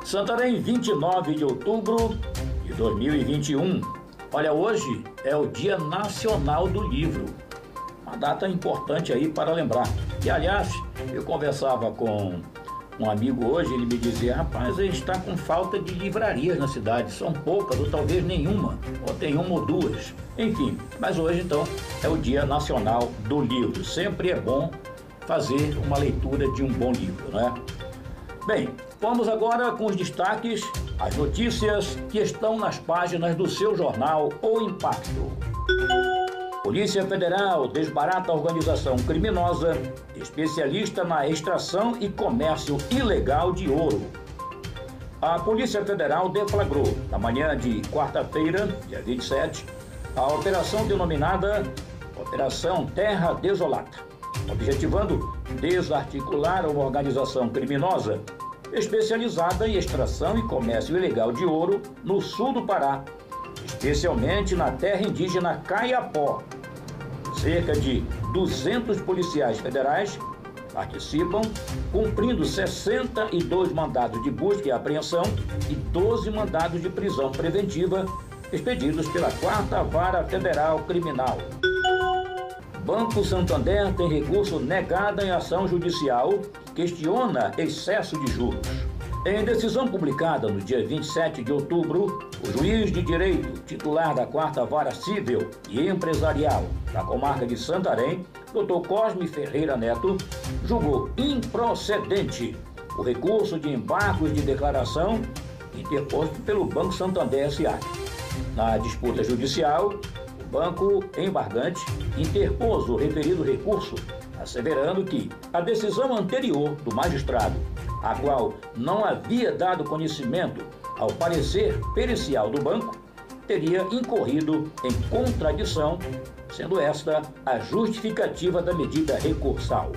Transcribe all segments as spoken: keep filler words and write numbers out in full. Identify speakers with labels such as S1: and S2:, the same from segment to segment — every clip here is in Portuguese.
S1: Santarém, vinte e nove de outubro de dois mil e vinte e um. Olha, hoje é o Dia Nacional do Livro. Uma data importante aí para lembrar. E, aliás, eu conversava com um amigo hoje, ele me dizia: rapaz, a gente está com falta de livrarias na cidade. São poucas, ou talvez nenhuma, ou tem uma ou duas. Enfim, mas hoje, então, é o Dia Nacional do Livro. Sempre é bom fazer uma leitura de um bom livro, não é? Bem, vamos agora com os destaques, as notícias que estão nas páginas do seu jornal O Impacto. Polícia Federal desbarata a organização criminosa especialista na extração e comércio ilegal de ouro. A Polícia Federal deflagrou, na manhã de quarta-feira, dia vinte e sete, a operação denominada Operação Terra Desolada, objetivando desarticular uma organização criminosa especializada em extração e comércio ilegal de ouro no sul do Pará, especialmente na terra indígena Caiapó. Cerca de duzentos policiais federais participam, cumprindo sessenta e dois mandados de busca e apreensão e doze mandados de prisão preventiva expedidos pela quarta Vara Federal Criminal. Banco Santander tem recurso negado em ação judicial, questiona excesso de juros. Em decisão publicada no dia vinte e sete de outubro, o juiz de direito, titular da quarta Vara Civil e Empresarial da comarca de Santarém, doutor Cosme Ferreira Neto, julgou improcedente o recurso de embargos de declaração interposto pelo Banco Santander S A Na disputa judicial, o banco embargante interpôs o referido recurso, asseverando que a decisão anterior do magistrado, a qual não havia dado conhecimento ao parecer pericial do banco, teria incorrido em contradição, sendo esta a justificativa da medida recursal.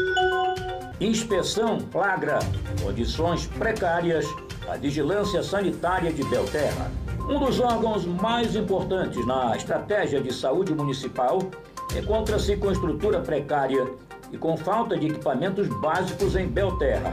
S1: Inspeção flagra condições precárias da vigilância sanitária de Belterra. Um dos órgãos mais importantes na estratégia de saúde municipal encontra-se com estrutura precária e com falta de equipamentos básicos em Belterra.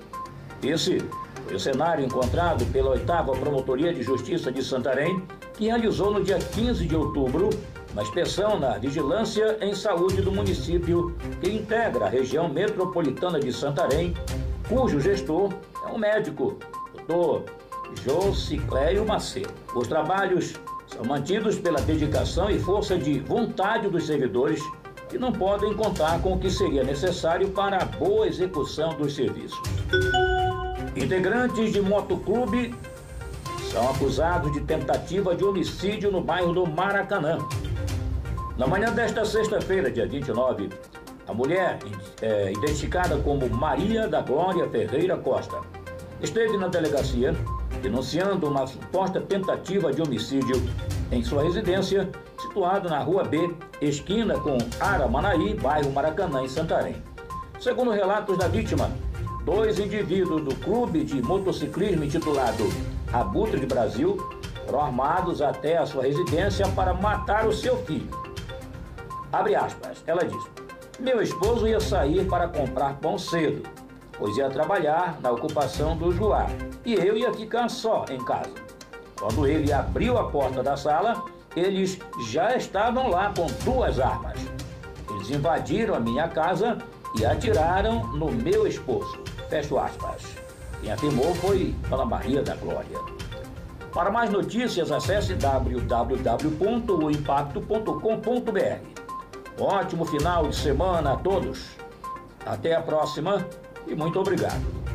S1: Esse foi o cenário encontrado pela oitava Promotoria de Justiça de Santarém, que realizou no dia quinze de outubro uma inspeção na Vigilância em Saúde do município que integra a região metropolitana de Santarém, cujo gestor é o médico, doutor Josicléio Macedo. Os trabalhos são mantidos pela dedicação e força de vontade dos servidores, que não podem contar com o que seria necessário para a boa execução dos serviços. Integrantes de motoclube são acusados de tentativa de homicídio no bairro do Maracanã. Na manhã desta sexta-feira, dia vinte e nove, a mulher, é, identificada como Maria da Glória Ferreira Costa, esteve na delegacia denunciando uma suposta tentativa de homicídio em sua residência, situada na Rua B, esquina com Aramanaí, bairro Maracanã, em Santarém. Segundo relatos da vítima, dois indivíduos do clube de motociclismo intitulado Abutre de Brasil foram armados até a sua residência para matar o seu filho. Abre aspas, ela diz: meu esposo ia sair para comprar pão cedo, pois ia trabalhar na ocupação do Juá, e eu ia ficar só em casa. Quando ele abriu a porta da sala, eles já estavam lá com duas armas. Eles invadiram a minha casa e atiraram no meu esposo. Fecho aspas. Quem afirmou foi Dona Maria da Glória. Para mais notícias, acesse w w w ponto o impacto ponto com ponto b r. Ótimo final de semana a todos. Até a próxima e muito obrigado.